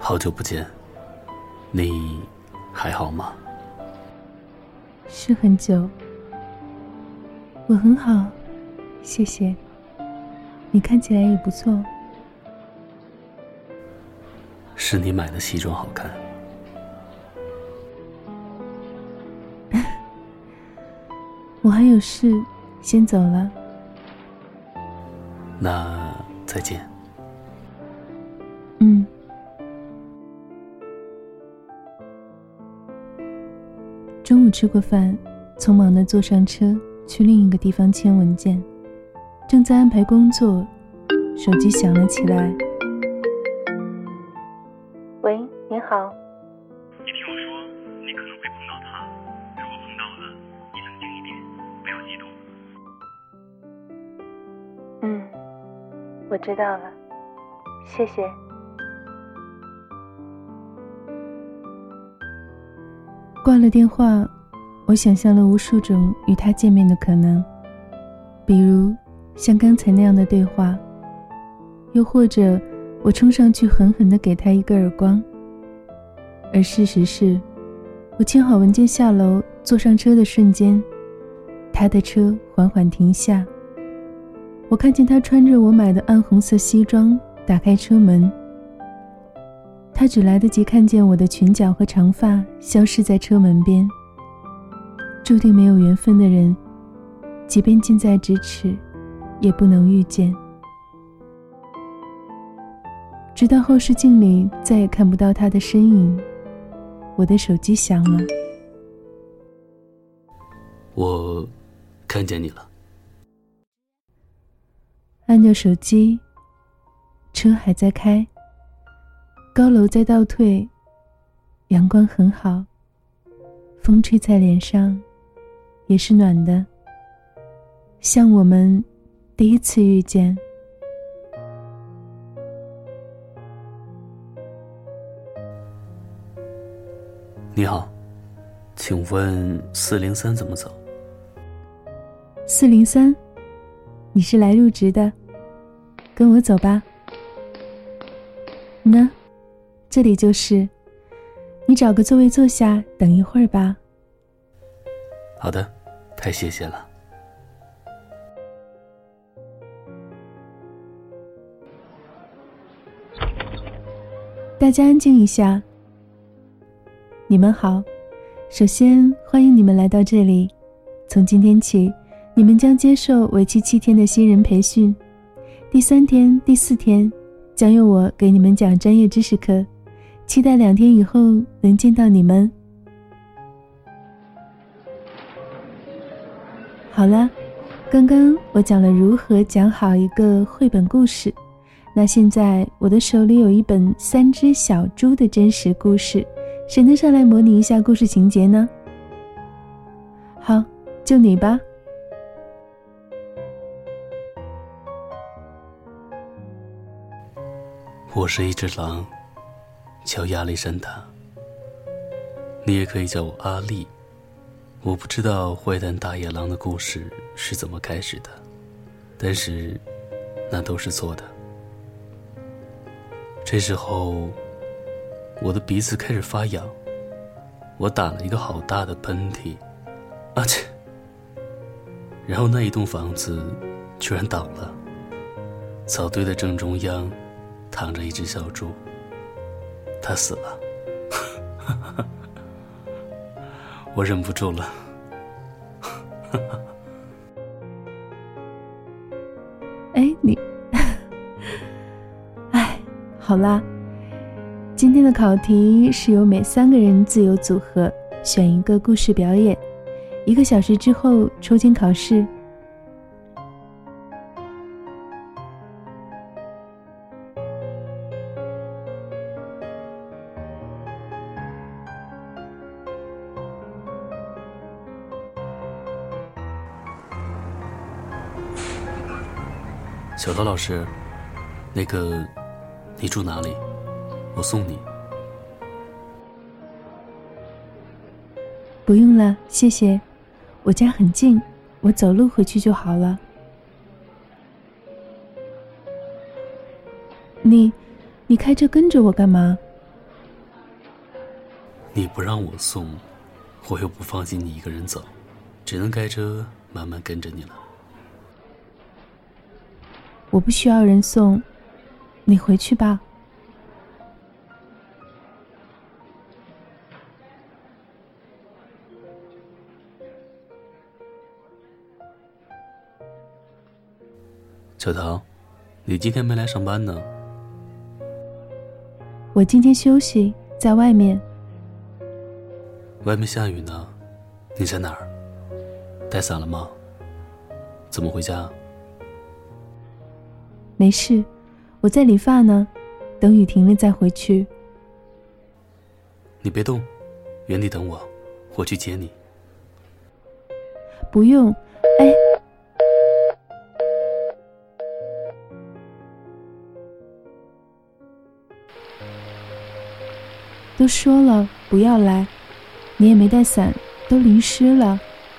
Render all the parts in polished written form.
好久不见，你还好吗？ 是很久。我很好，谢谢。你看起来也不错。 是你买的西装好看。 我还有事，先走了。 那再见。 中午吃过饭，匆忙地坐上车去另一个地方签文件，正在安排工作，手机响了起来。喂，您好。 你听我说，你可能会碰到他，如果碰到了，你冷静一点，不要激动。 我知道了，谢谢。挂了电话，我想象了无数种与他见面的可能，比如像刚才那样的对话，又或者我冲上去狠狠地给他一个耳光。而事实是，我签好文件下楼坐上车的瞬间，他的车缓缓停下，我看见他穿着我买的暗红色西装打开车门，他只来得及看见我的裙角和长发消失在车门边。注定没有缘分的人，即便近在咫尺，也不能遇见。直到后视镜里再也看不到他的身影，我的手机响了。 我看见你了。 按掉手机，车还在开，高楼在倒退，阳光很好，风吹在脸上也是暖的，像我们第一次遇见。 你好，请问403怎么走 ？403？你是来入职的，跟我走吧。呢，这里就是，你找个座位坐下，等一会儿吧。 好的，太谢谢了。 大家安静一下。你们好，首先欢迎你们来到这里。从今天起，你们将接受为期7天的新人培训。第3天、第4天将由我给你们讲专业知识课，期待2天以后能见到你们。好了，刚刚我讲了如何讲好一个绘本故事，那现在我的手里有一本3只小猪的真实故事，谁能上来模拟一下故事情节呢？好，就你吧。 我是一只狼，叫亚历山大，你也可以叫我阿力。我不知道坏蛋大野狼的故事是怎么开始的，但是那都是错的。这时候我的鼻子开始发痒，我打了一个好大的喷嚏，啊切！然后那一栋房子居然倒了，草堆的正中央躺着一只小猪，它死了。我忍不住了。 你好啦，今天的考题是由每3个人自由组合选一个故事表演，1个小时之后抽签考试。 小陶老师，那个，你住哪里？我送你。 不用了，谢谢。我家很近，我走路回去就好了。你开车跟着我干嘛？ 你不让我送，我又不放心你一个人走，只能开车慢慢跟着你了。 我不需要人送，你回去吧。 小桃，你今天没来上班呢？ 我今天休息，在外面。 外面下雨呢，你在哪儿？带伞了吗？怎么回家？ 没事，我在理发呢，等雨停了再回去。 你别动，原地等我，我去接你。 不用，哎，都说了不要来，你也没带伞，都淋湿了。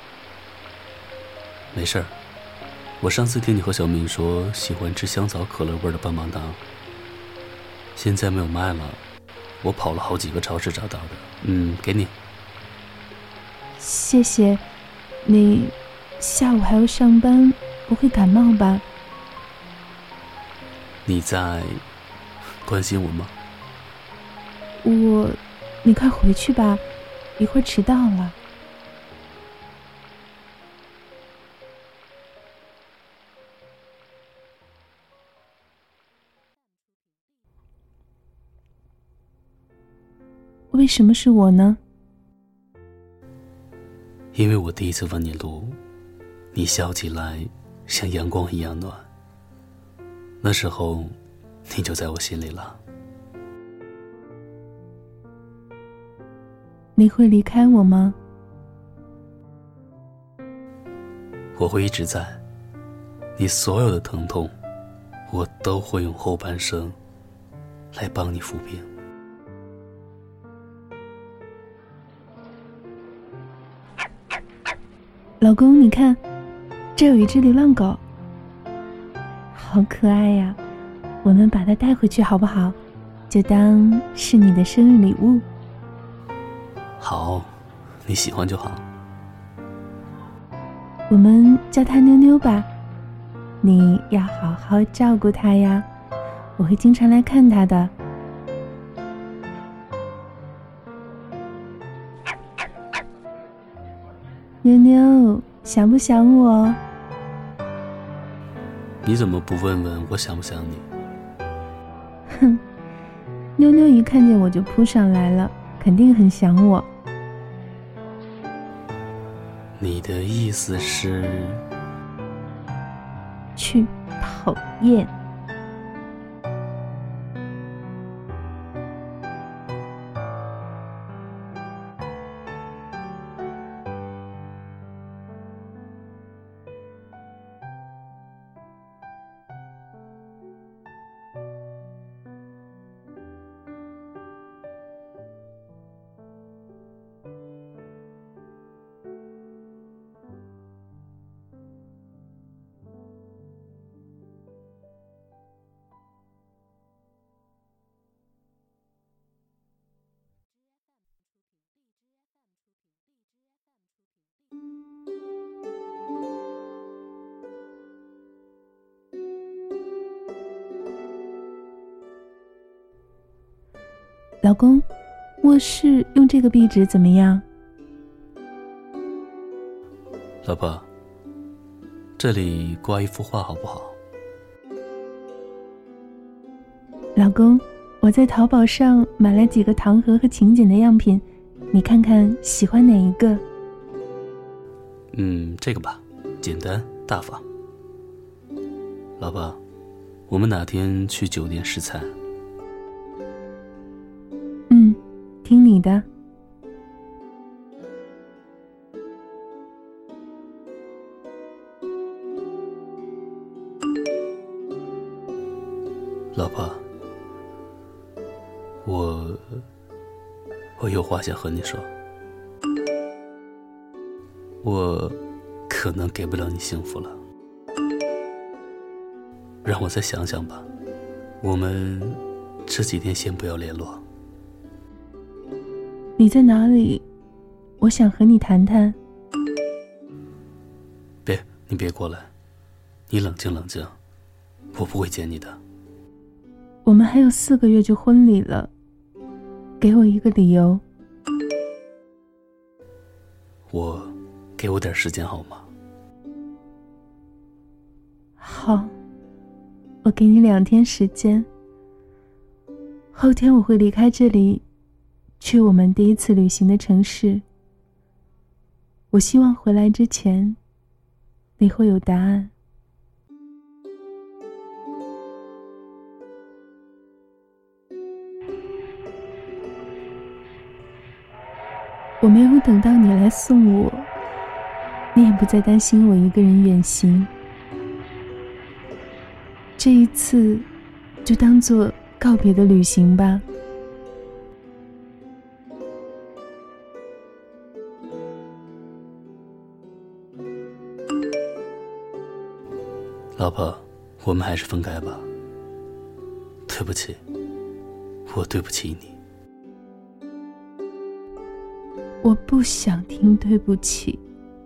没事儿，我上次听你和小明说喜欢吃香草可乐味的棒棒糖，现在没有卖了，我跑了好几个超市找到的。给你。 谢谢。你下午还要上班，不会感冒吧？ 你在关心我吗？ 你快回去吧，一会儿迟到了。为什么是我呢？ 因为我第一次问你路，你笑起来像阳光一样暖，那时候你就在我心里了。 你会离开我吗？ 我会一直在，你所有的疼痛，我都会用后半生来帮你抚平。 老公，你看，这有一只流浪狗，好可爱呀！我们把它带回去好不好？就当是你的生日礼物。 好，你喜欢就好。 我们叫它妞妞吧，你要好好照顾它呀，我会经常来看它的。妞妞，想不想我？ 你怎么不问问我想不想你？ 哼，妞妞一看见我就扑上来了，肯定很想我。 你的意思是？ 去，讨厌！老公，卧室用这个壁纸怎么样？ 老婆，这里挂一幅画好不好？ 老公，我在淘宝上买了几个糖盒和请柬的样品，你看看喜欢哪一个？ 这个吧，简单大方。老婆，我们哪天去酒店吃菜？ 听你的。 老婆，我有话想和你说。我可能给不了你幸福了，让我再想想吧。我们这几天先不要联络。 你在哪里？我想和你谈谈。 你别过来，你冷静冷静，我不会捡你的。 我们还有4个月就婚礼了，给我一个理由。 给我点时间好吗？ 好，我给你2天时间。后天我会离开这里，去我们第一次旅行的城市。我希望回来之前，你会有答案。我没有等到你来送我，你也不再担心我一个人远行。这一次就当作告别的旅行吧。 老婆，我们还是分开吧。对不起，我对不起你。 我不想听对不起。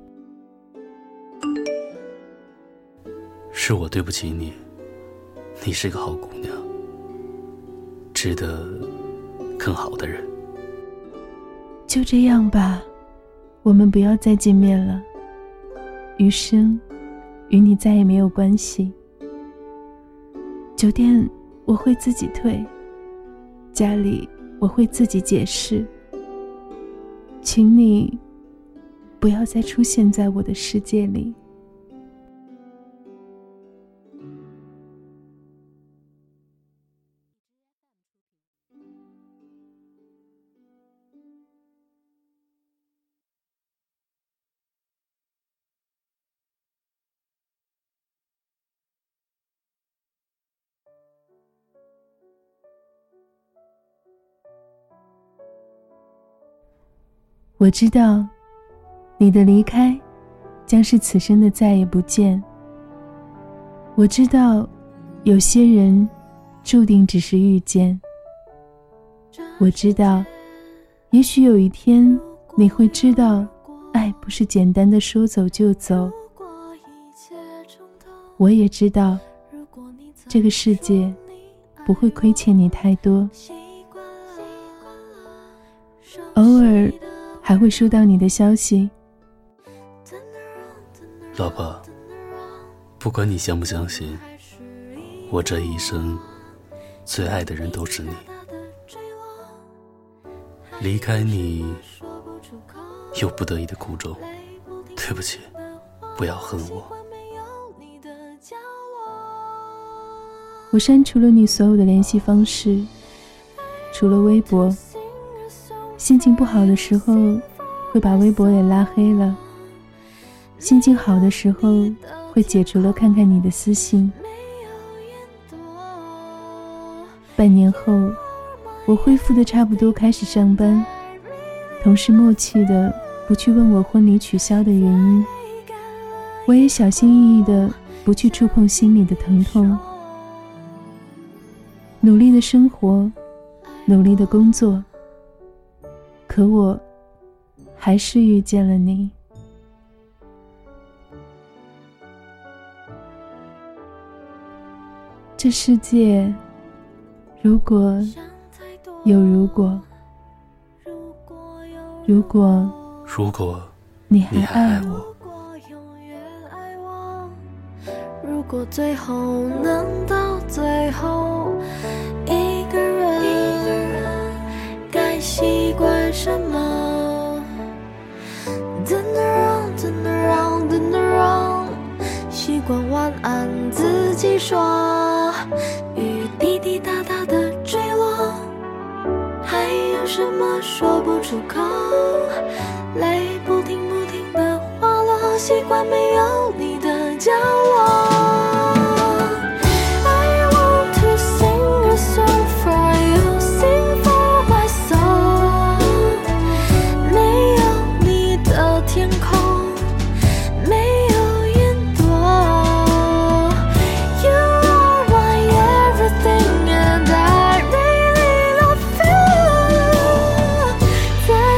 是我对不起你，你是个好姑娘，值得更好的人。 就这样吧，我们不要再见面了，余生与你再也没有关系。酒店我会自己退，家里我会自己解释，请你不要再出现在我的世界里。我知道你的离开将是此生的再也不见。我知道有些人注定只是遇见。我知道也许有一天你会知道，爱不是简单的说走就走。我也知道这个世界不会亏欠你太多，偶尔还会收到你的消息。 老婆，不管你相不相信，我这一生最爱的人都是你。离开你有不得已的苦衷，对不起，不要恨我。 我删除了你所有的联系方式，除了微博。心情不好的时候会把微博也拉黑了，心情好的时候会解除了看看你的私信。半年后我恢复的差不多，开始上班，同事默契的不去问我婚礼取消的原因，我也小心翼翼的不去触碰心里的疼痛。努力的生活，努力的工作，可我还是遇见了你。这世界如果有如果，如果你还爱我， 如果最后能到最后，一个人该习惯什么？ Turn around, turn around, turn around， 习惯晚安自己说，雨滴滴答答的坠落，还有什么说不出口？泪不停不停的滑落，习惯没有你的角落。在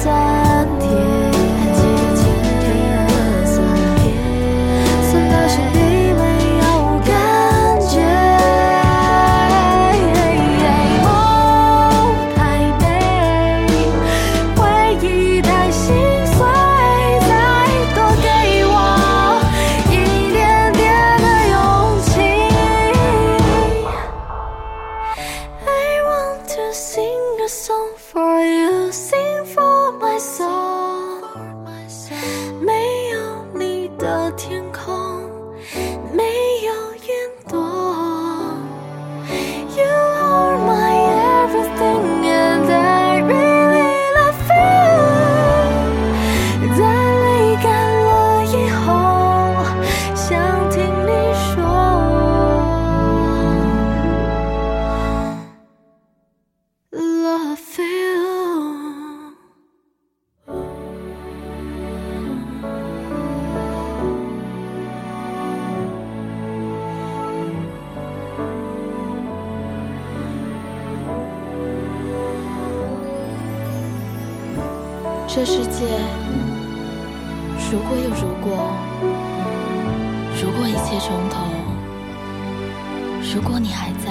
酸甜，酸到心里没有感觉。梦太美，回忆太心碎，再多给我一点点的勇气。I want to sing a song for you, sing for my soul。 没有你的天空，没有云朵。You are my everything and I really love you。 在泪干了以后，想听你说Love you。这世界如果有如果，如果一切从头，如果你还在。